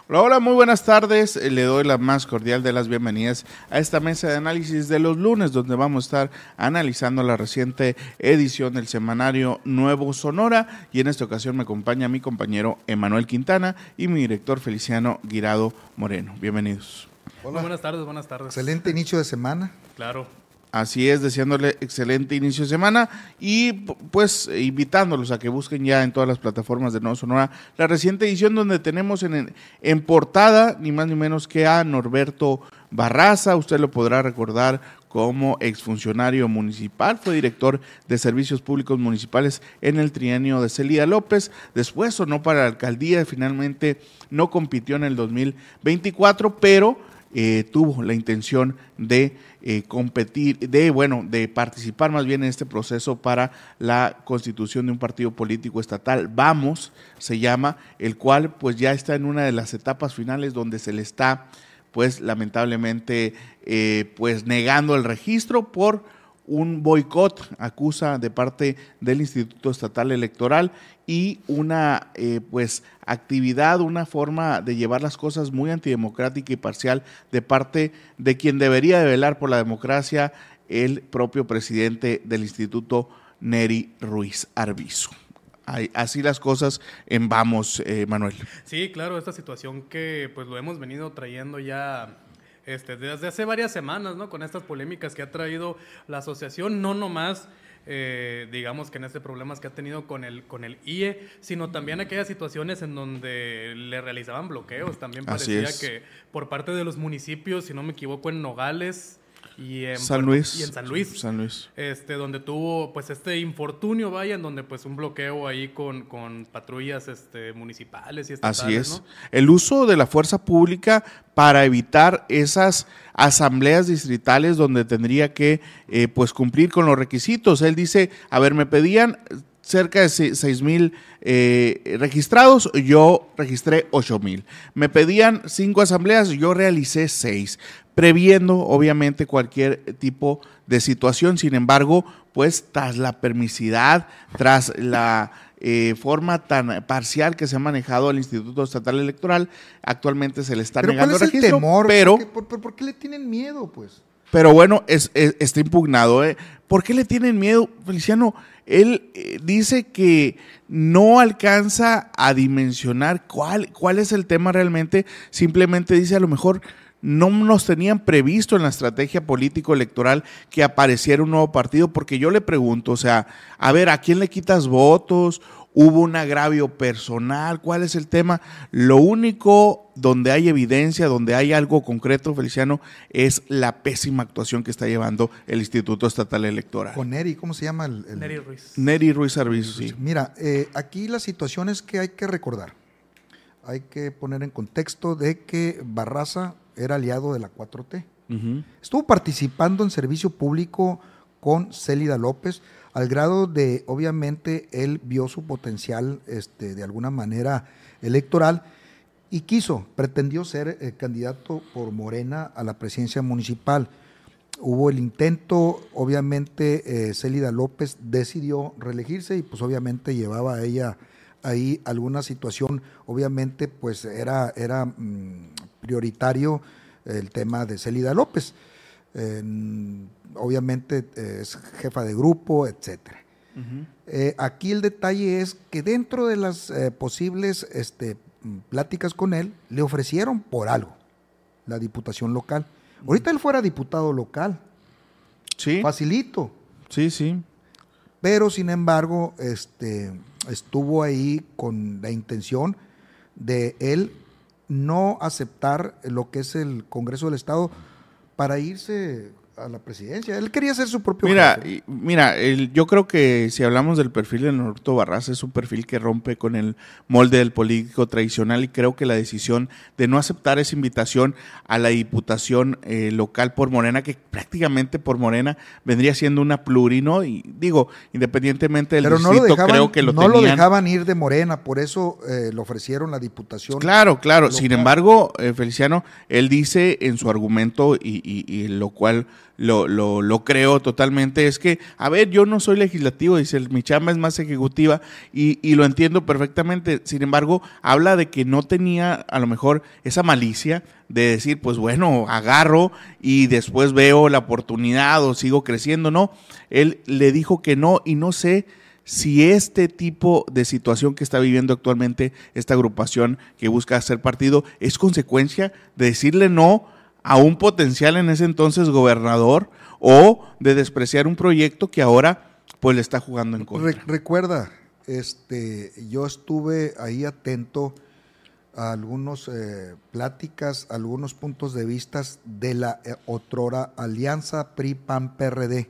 Hola, hola, muy buenas tardes. Le doy la más cordial de las bienvenidas a esta mesa de análisis de los lunes, donde vamos a estar analizando la reciente edición del semanario Nuevo Sonora. Y en esta ocasión me acompaña mi compañero Emanuel Quintana y mi director Feliciano Guirado Moreno. Bienvenidos. Hola. Buenas tardes, buenas tardes. Excelente inicio de semana. Claro. Así es, deseándole excelente inicio de semana y pues invitándolos a que busquen ya en todas las plataformas de Nuevo Sonora la reciente edición donde tenemos en portada ni más ni menos que a Norberto Barraza. Usted lo podrá recordar como exfuncionario municipal, fue director de Servicios Públicos Municipales en el trienio de Celida López, después sonó para la alcaldía, finalmente no compitió en el 2024, pero tuvo la intención de competir, de participar más bien en este proceso para la constitución de un partido político estatal, Vamos, se llama, el cual pues ya está en una de las etapas finales donde se le está pues lamentablemente pues negando el registro por un boicot, acusa de parte del Instituto Estatal Electoral y una pues actividad, una forma de llevar las cosas muy antidemocrática y parcial de parte de quien debería de velar por la democracia, el propio presidente del Instituto, Nery Ruiz Arbizu. Así las cosas en Vamos, Manuel. Sí, claro, esta situación que pues lo hemos venido trayendo ya desde hace varias semanas, ¿no? Con estas polémicas que ha traído la asociación, no nomás digamos que en problemas que ha tenido con el IE, sino también aquellas situaciones en donde le realizaban bloqueos. También parecía que por parte de los municipios, si no me equivoco, en Nogales y en San Luis, donde tuvo pues este infortunio, vaya, en donde pues un bloqueo ahí con patrullas municipales y estatales. Así es, ¿no? El uso de la fuerza pública para evitar esas asambleas distritales donde tendría que pues cumplir con los requisitos. Él dice, a ver, me pedían cerca de 6,000 registrados, yo registré 8,000. Me pedían 5 asambleas, yo realicé 6, previendo obviamente cualquier tipo de situación. Sin embargo, pues tras la permisidad, tras la forma tan parcial que se ha manejado el Instituto Estatal Electoral, actualmente se le está negando el registro. Temor? Pero ¿Por qué le tienen miedo, pues? Pero bueno, está impugnado. ¿Por qué le tienen miedo, Feliciano? Él dice que no alcanza a dimensionar cuál es el tema realmente. Simplemente dice, a lo mejor no nos tenían previsto en la estrategia político-electoral que apareciera un nuevo partido, porque yo le pregunto, o sea, a ver, ¿a quién le quitas votos? ¿Hubo un agravio personal? ¿Cuál es el tema? Lo único donde hay evidencia, donde hay algo concreto, Feliciano, es la pésima actuación que está llevando el Instituto Estatal Electoral. Con Nery, ¿cómo se llama? Nery Ruiz. Nery Ruiz Arbizu, sí. Mira, aquí la situación es que hay que recordar, hay que poner en contexto de que Barraza era aliado de la 4T. Uh-huh. Estuvo participando en servicio público con Celida López, al grado de, obviamente, él vio su potencial de alguna manera electoral y pretendió ser candidato por Morena a la presidencia municipal. Hubo el intento, obviamente, Celida López decidió reelegirse y pues obviamente llevaba a ella ahí alguna situación, obviamente pues era prioritario el tema de Celida López. Obviamente es jefa de grupo, etcétera. Uh-huh. Aquí el detalle es que dentro de las posibles pláticas con él, le ofrecieron por algo la diputación local. Uh-huh. Ahorita él fuera diputado local. Sí. Facilito. Sí, sí. Pero sin embargo, estuvo ahí con la intención de él no aceptar lo que es el Congreso del Estado para irse a la presidencia. Él quería ser su propio jefe. Yo creo que si hablamos del perfil de Norberto Barraza, es un perfil que rompe con el molde del político tradicional, y creo que la decisión de no aceptar esa invitación a la diputación local por Morena, que prácticamente por Morena vendría siendo una pluri, ¿no? Y digo, independientemente del distrito, creo que no lo dejaban ir de Morena, por eso le ofrecieron la diputación. Claro. Local. Sin embargo, Feliciano, él dice en su argumento, y lo cual lo creo totalmente. Es que, a ver, yo no soy legislativo, dice, mi chamba es más ejecutiva y lo entiendo perfectamente. Sin embargo, habla de que no tenía a lo mejor esa malicia de decir, pues bueno, agarro y después veo la oportunidad o sigo creciendo. No, él le dijo que no, y no sé si este tipo de situación que está viviendo actualmente esta agrupación que busca hacer partido es consecuencia de decirle no a un potencial en ese entonces gobernador o de despreciar un proyecto que ahora pues le está jugando en contra. Recuerda, yo estuve ahí atento a algunas pláticas, algunos puntos de vista de la otrora Alianza PRI-PAN-PRD.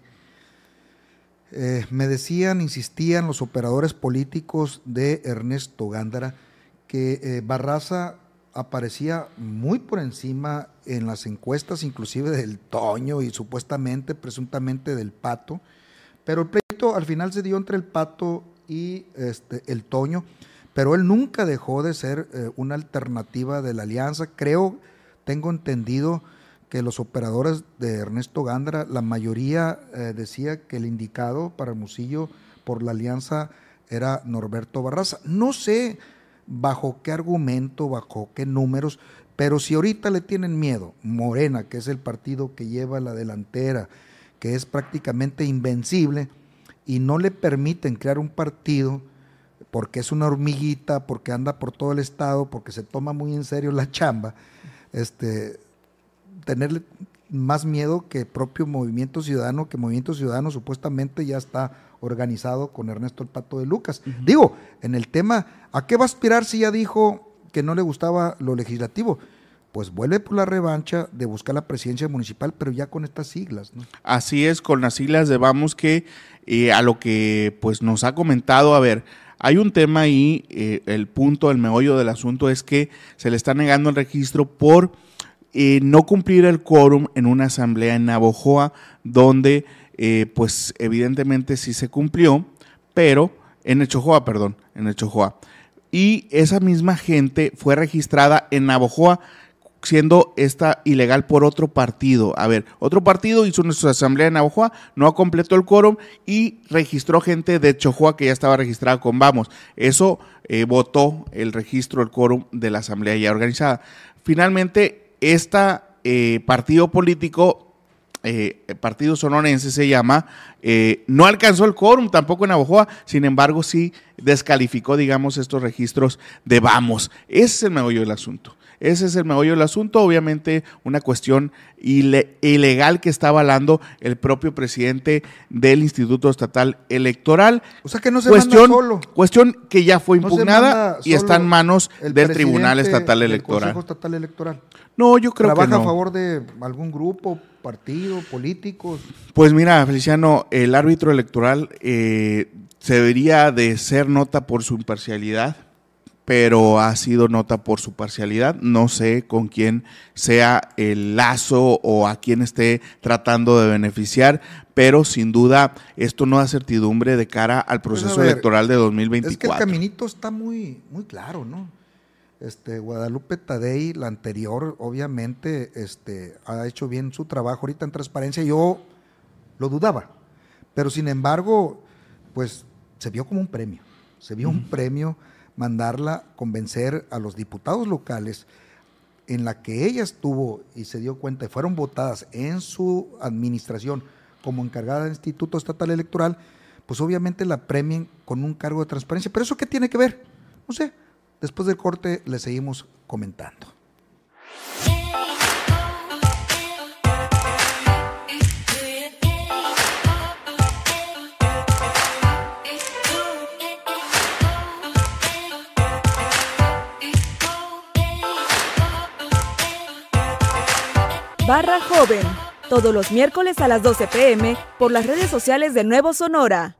Me decían, insistían los operadores políticos de Ernesto Gándara que Barraza aparecía muy por encima en las encuestas, inclusive del Toño y supuestamente, presuntamente del Pato, pero el pleito al final se dio entre el Pato y el Toño, pero él nunca dejó de ser una alternativa de la alianza. Tengo entendido que los operadores de Ernesto Gándara, la mayoría decía que el indicado para Hermosillo por la alianza era Norberto Barraza. No sé bajo qué argumento, bajo qué números, pero si ahorita le tienen miedo, Morena, que es el partido que lleva la delantera, que es prácticamente invencible, y no le permiten crear un partido porque es una hormiguita, porque anda por todo el estado, porque se toma muy en serio la chamba, tenerle más miedo que el propio Movimiento Ciudadano, que Movimiento Ciudadano supuestamente ya está organizado con Ernesto el Pato de Lucas. Uh-huh. Digo, en el tema, ¿a qué va a aspirar si ya dijo que no le gustaba lo legislativo? Pues vuelve por la revancha de buscar la presidencia municipal, pero ya con estas siglas, ¿no? Así es, con las siglas de Vamos, que a lo que pues nos ha comentado, a ver, hay un tema ahí, el meollo del asunto es que se le está negando el registro por no cumplir el quórum en una asamblea en Navojoa, donde pues evidentemente sí se cumplió, pero en Navojoa, y esa misma gente fue registrada en Navojoa, siendo esta ilegal por otro partido. A ver, otro partido hizo nuestra asamblea en Navojoa, no completó el quórum y registró gente de Chojoa que ya estaba registrada con Vamos. Eso votó el registro, el quórum de la asamblea ya organizada. Finalmente, partido político, Partido Sonorense se llama, no alcanzó el quórum tampoco en Navojoa, sin embargo sí descalificó, digamos, estos registros de Vamos. Ese es el meollo del asunto. Obviamente una cuestión ilegal que está avalando el propio presidente del Instituto Estatal Electoral. O sea que no se manda solo. Cuestión que ya fue impugnada y está en manos del Tribunal Estatal Electoral. Consejo Estatal Electoral. No, yo creo que no. ¿Trabaja a favor de algún grupo, partido, políticos? Pues mira, Feliciano, el árbitro electoral se debería de ser nota por su imparcialidad, pero ha sido nota por su parcialidad. No sé con quién sea el lazo o a quién esté tratando de beneficiar, pero sin duda esto no da certidumbre de cara al proceso electoral de 2024. Es que el caminito está muy, muy claro, ¿no? Guadalupe Tadei, la anterior, obviamente, ha hecho bien su trabajo ahorita en transparencia. Yo lo dudaba, pero sin embargo, pues se vio como un premio. Se vio un premio mandarla convencer a los diputados locales en la que ella estuvo y se dio cuenta y fueron votadas en su administración como encargada del Instituto Estatal Electoral, pues obviamente la premien con un cargo de transparencia. ¿Pero eso qué tiene que ver? No sé, después del corte le seguimos comentando. Barra Joven, todos los miércoles a las 12 p.m. por las redes sociales de Nuevo Sonora.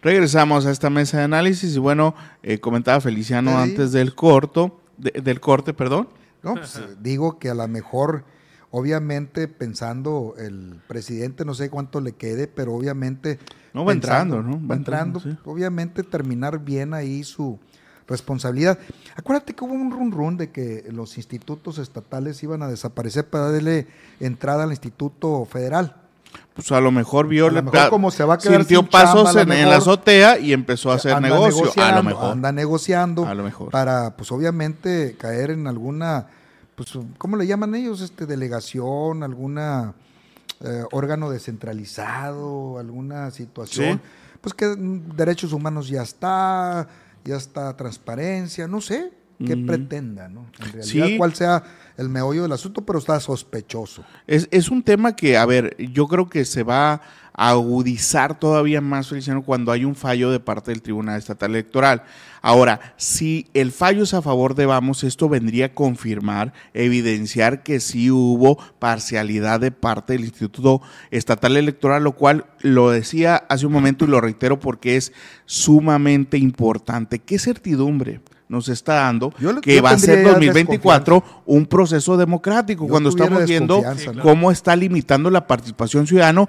Regresamos a esta mesa de análisis y bueno, comentaba Feliciano antes del corte, perdón. No, pues, digo que a lo mejor, obviamente pensando el presidente, no sé cuánto le quede, pero obviamente... No, va entrando, ¿no? Va entrando, sí. Obviamente terminar bien ahí su responsabilidad. Acuérdate que hubo un run de que los institutos estatales iban a desaparecer para darle entrada al Instituto Federal. Pues a lo mejor vio, como se va a quedar sintió sin pasos chamba, en la azotea y empezó a hacer negocio. A lo mejor. Anda negociando a lo mejor. Para, pues obviamente, caer en alguna, pues, ¿cómo le llaman ellos? Delegación, alguna órgano descentralizado, alguna situación. Sí. Pues que derechos humanos ya está transparencia, no sé qué pretenda, ¿no? En realidad, cuál sea el meollo del asunto, pero está sospechoso. Es un tema que, a ver, yo creo que se va a agudizar todavía más, Feliciano, cuando hay un fallo de parte del Tribunal Estatal Electoral. Ahora, si el fallo es a favor de Vamos, esto vendría a confirmar, evidenciar que sí hubo parcialidad de parte del Instituto Estatal Electoral, lo cual lo decía hace un momento y lo reitero porque es sumamente importante. ¿Qué certidumbre nos está dando que va a ser 2024 un proceso democrático cuando estamos viendo cómo está limitando la participación ciudadana,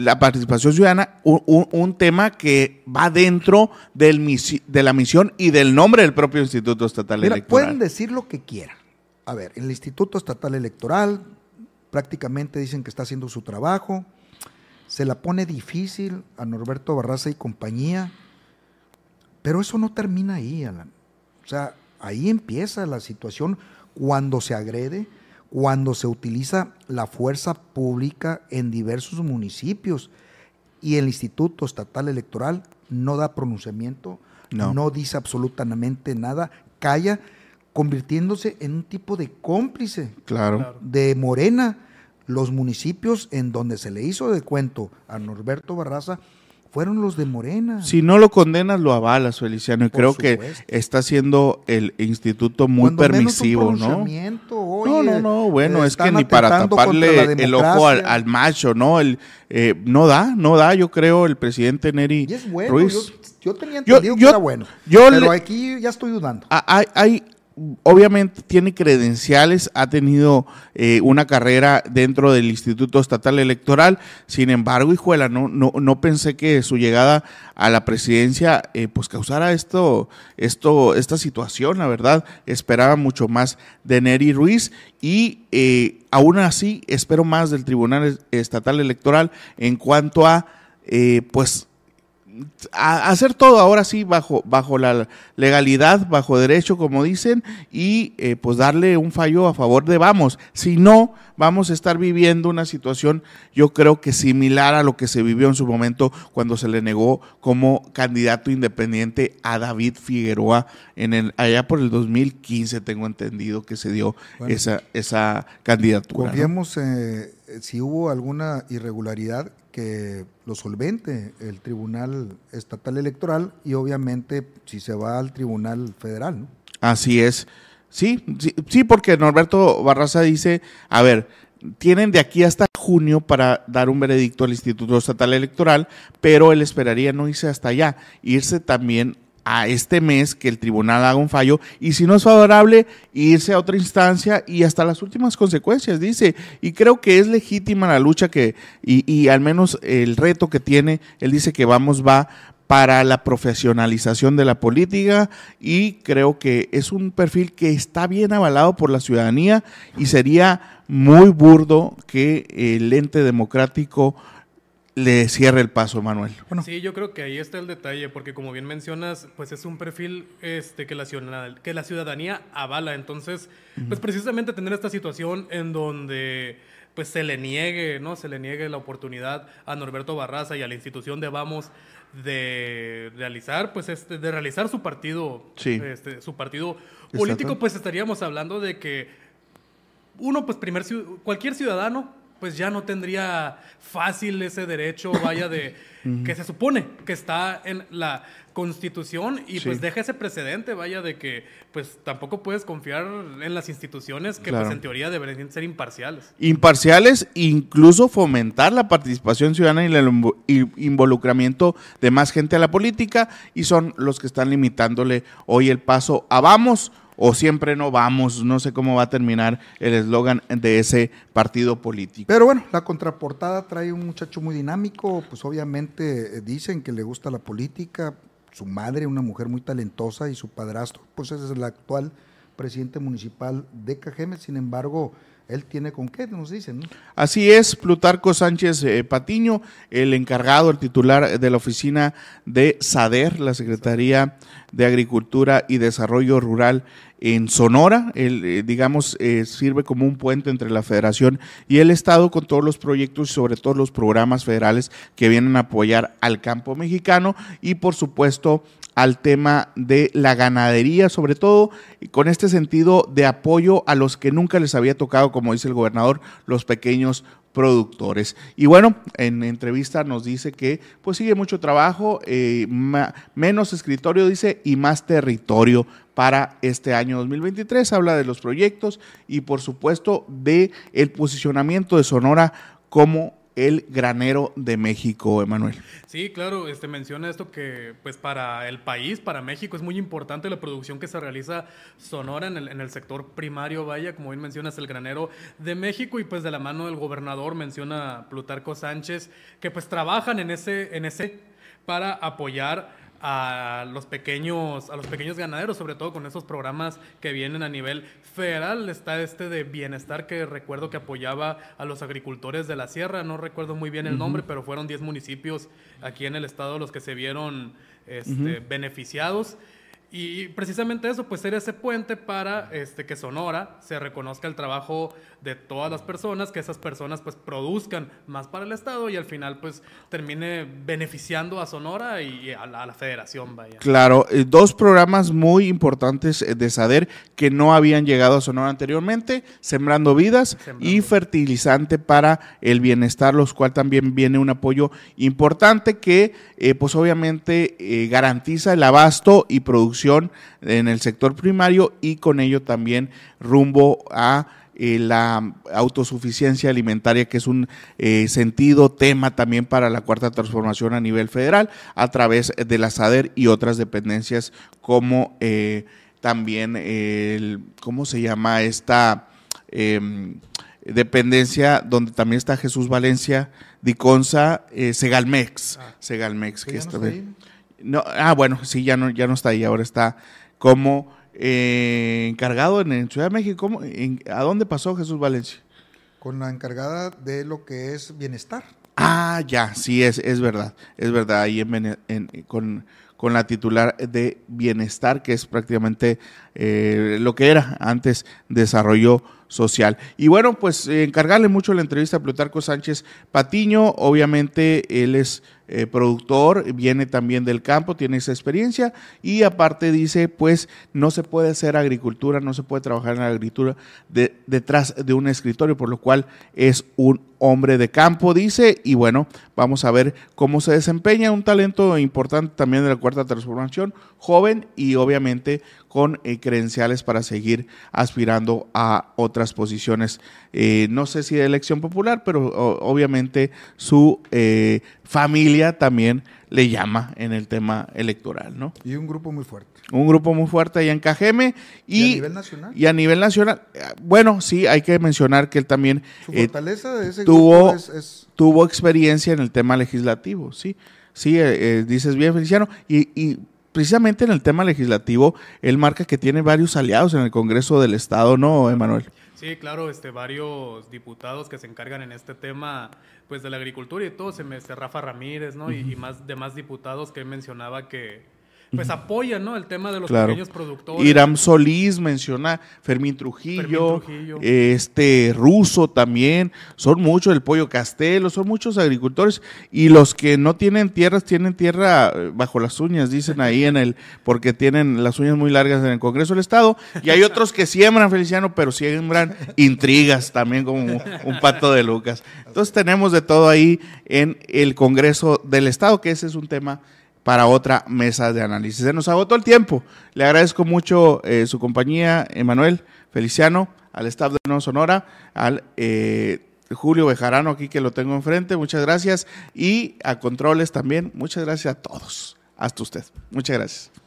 un tema que va dentro de la misión y del nombre del propio Instituto Estatal Electoral? Pueden decir lo que quieran. A ver, el Instituto Estatal Electoral prácticamente dicen que está haciendo su trabajo, se la pone difícil a Norberto Barraza y compañía, pero eso no termina ahí, Alan. O sea, ahí empieza la situación cuando se agrede, cuando se utiliza la fuerza pública en diversos municipios y el Instituto Estatal Electoral no da pronunciamiento, no dice absolutamente nada, calla, convirtiéndose en un tipo de cómplice de Morena. Los municipios en donde se le hizo de cuento a Norberto Barraza fueron los de Morena. Si no lo condenas, lo avalas, Feliciano, y creo que está siendo el instituto muy permisivo, ¿no? Oye, no, bueno, es que ni para taparle el ojo al macho, ¿no? No da, yo creo, el presidente Neri Ruiz. Yo tenía entendido que era bueno, pero aquí ya estoy dudando. Obviamente tiene credenciales, ha tenido una carrera dentro del Instituto Estatal Electoral, sin embargo, hijuela, no pensé que su llegada a la presidencia pues causara esta situación, la verdad, esperaba mucho más de Neri Ruiz y aún así espero más del Tribunal Estatal Electoral en cuanto a pues a hacer todo ahora sí bajo la legalidad, bajo derecho, como dicen, y pues darle un fallo a favor de Vamos. Si no, vamos a estar viviendo una situación, yo creo que similar a lo que se vivió en su momento cuando se le negó como candidato independiente a David Figueroa allá por el 2015, tengo entendido que se dio esa candidatura. Confiemos si hubo alguna irregularidad que lo solvente el Tribunal Estatal Electoral y obviamente si se va al Tribunal Federal, ¿no? Así es. Sí, porque Norberto Barraza dice, a ver, tienen de aquí hasta junio para dar un veredicto al Instituto Estatal Electoral, pero él esperaría no irse hasta allá, irse también a este mes que el tribunal haga un fallo y si no es favorable, irse a otra instancia y hasta las últimas consecuencias, dice, y creo que es legítima la lucha y al menos el reto que tiene, él dice que va para la profesionalización de la política y creo que es un perfil que está bien avalado por la ciudadanía y sería muy burdo que el ente democrático le cierre el paso, Manuel. Bueno. Sí, yo creo que ahí está el detalle, porque como bien mencionas, pues es un perfil que la ciudadanía avala. Entonces, pues precisamente tener esta situación en donde pues se le niegue la oportunidad a Norberto Barraza y a la institución de Vamos de realizar su partido, su partido político, pues estaríamos hablando de que uno, pues cualquier ciudadano pues ya no tendría fácil ese derecho, vaya, de que se supone que está en la Constitución y pues deja ese precedente, vaya, de que pues tampoco puedes confiar en las instituciones que pues en teoría deberían ser imparciales. Imparciales, incluso fomentar la participación ciudadana y el involucramiento de más gente a la política, y son los que están limitándole hoy el paso a vamos o siempre no vamos. No sé cómo va a terminar el eslogan de ese partido político. Pero bueno, la contraportada trae un muchacho muy dinámico, pues obviamente dicen que le gusta la política, su madre, una mujer muy talentosa, y su padrastro, pues es el actual presidente municipal de Cajeme. Sin embargo, él tiene con qué, nos dicen, ¿no? Así es, Plutarco Sánchez Patiño, el encargado, el titular de la oficina de SADER, la Secretaría de Agricultura y Desarrollo Rural en Sonora. Él, sirve como un puente entre la Federación y el Estado con todos los proyectos y sobre todo los programas federales que vienen a apoyar al campo mexicano y por supuesto al tema de la ganadería, sobre todo con este sentido de apoyo a los que nunca les había tocado, como dice el gobernador, los pequeños productores. Y bueno, en entrevista nos dice que pues sigue mucho trabajo, menos escritorio, dice, y más territorio para este año 2023. Habla de los proyectos y por supuesto de el posicionamiento de Sonora como el granero de México, Emanuel. Sí, claro, menciona esto que pues para el país, para México, es muy importante la producción que se realiza Sonora en el sector primario, vaya, como bien mencionas, el granero de México, y pues de la mano del gobernador, menciona Plutarco Sánchez, que pues trabajan en ese para apoyar a los pequeños ganaderos, sobre todo con esos programas que vienen a nivel federal. Está de bienestar, que recuerdo que apoyaba a los agricultores de la sierra, no recuerdo muy bien el nombre, pero fueron 10 municipios aquí en el estado los que se vieron beneficiados. Y precisamente eso, pues ser ese puente para que Sonora se reconozca el trabajo de todas las personas, que esas personas pues produzcan más para el estado y al final pues termine beneficiando a Sonora y a la federación, vaya. Claro, dos programas muy importantes de SADER que no habían llegado a Sonora anteriormente, Sembrando Vidas y Fertilizante para el Bienestar, los cual también viene un apoyo importante que pues obviamente garantiza el abasto y producción en el sector primario y con ello también rumbo a la autosuficiencia alimentaria, que es un tema también para la Cuarta Transformación a nivel federal a través de la SADER y otras dependencias como también ¿cómo se llama esta dependencia donde también está Jesús Valencia, Diconsa, Segalmex, que está bien. No, bueno, sí, ya no está ahí, ahora está como encargado en Ciudad de México. ¿A dónde pasó Jesús Valencia? Con la encargada de lo que es bienestar. Ah, ya, sí, es verdad, ahí con la titular de bienestar, que es prácticamente lo que era antes desarrollo social. Y bueno, pues encargarle mucho la entrevista a Plutarco Sánchez Patiño. Obviamente él es productor, viene también del campo, tiene esa experiencia y aparte dice, pues no se puede hacer agricultura, no se puede trabajar en la agricultura detrás de un escritorio, por lo cual es un hombre de campo, dice, y bueno, vamos a ver cómo se desempeña, un talento importante también de la Cuarta Transformación, joven y obviamente con credenciales para seguir aspirando a otras posiciones, no sé si de elección popular, pero obviamente su familia también le llama en el tema electoral, ¿no? Y un grupo muy fuerte. Un grupo muy fuerte allá en Cajeme. ¿Y a nivel nacional? Y a nivel nacional, bueno, sí, hay que mencionar que él también su fortaleza de ese grupo tuvo experiencia en el tema legislativo, sí, dices bien, Feliciano, y precisamente en el tema legislativo, él marca que tiene varios aliados en el Congreso del Estado, ¿no, Emanuel? Sí, claro, varios diputados que se encargan en este tema pues de la agricultura y todo, Rafa Ramírez, ¿no? Y más demás diputados que él mencionaba que pues apoyan, ¿no? El tema de los Claro. pequeños productores. Iram Solís menciona, Fermín Trujillo, Russo también, son muchos, el Pollo Castelo, son muchos agricultores, y los que no tienen tierras, tienen tierra bajo las uñas, dicen ahí porque tienen las uñas muy largas en el Congreso del Estado, y hay otros que siembran, Feliciano, pero siembran intrigas también, como un Pato de Lucas. Entonces tenemos de todo ahí en el Congreso del Estado, que ese es un tema para otra mesa de análisis. Se nos agotó el tiempo. Le agradezco mucho su compañía, Emanuel, Feliciano, al staff de Nuevo Sonora, al Julio Bejarano aquí que lo tengo enfrente, muchas gracias, y a Controles también, muchas gracias a todos, hasta usted. Muchas gracias.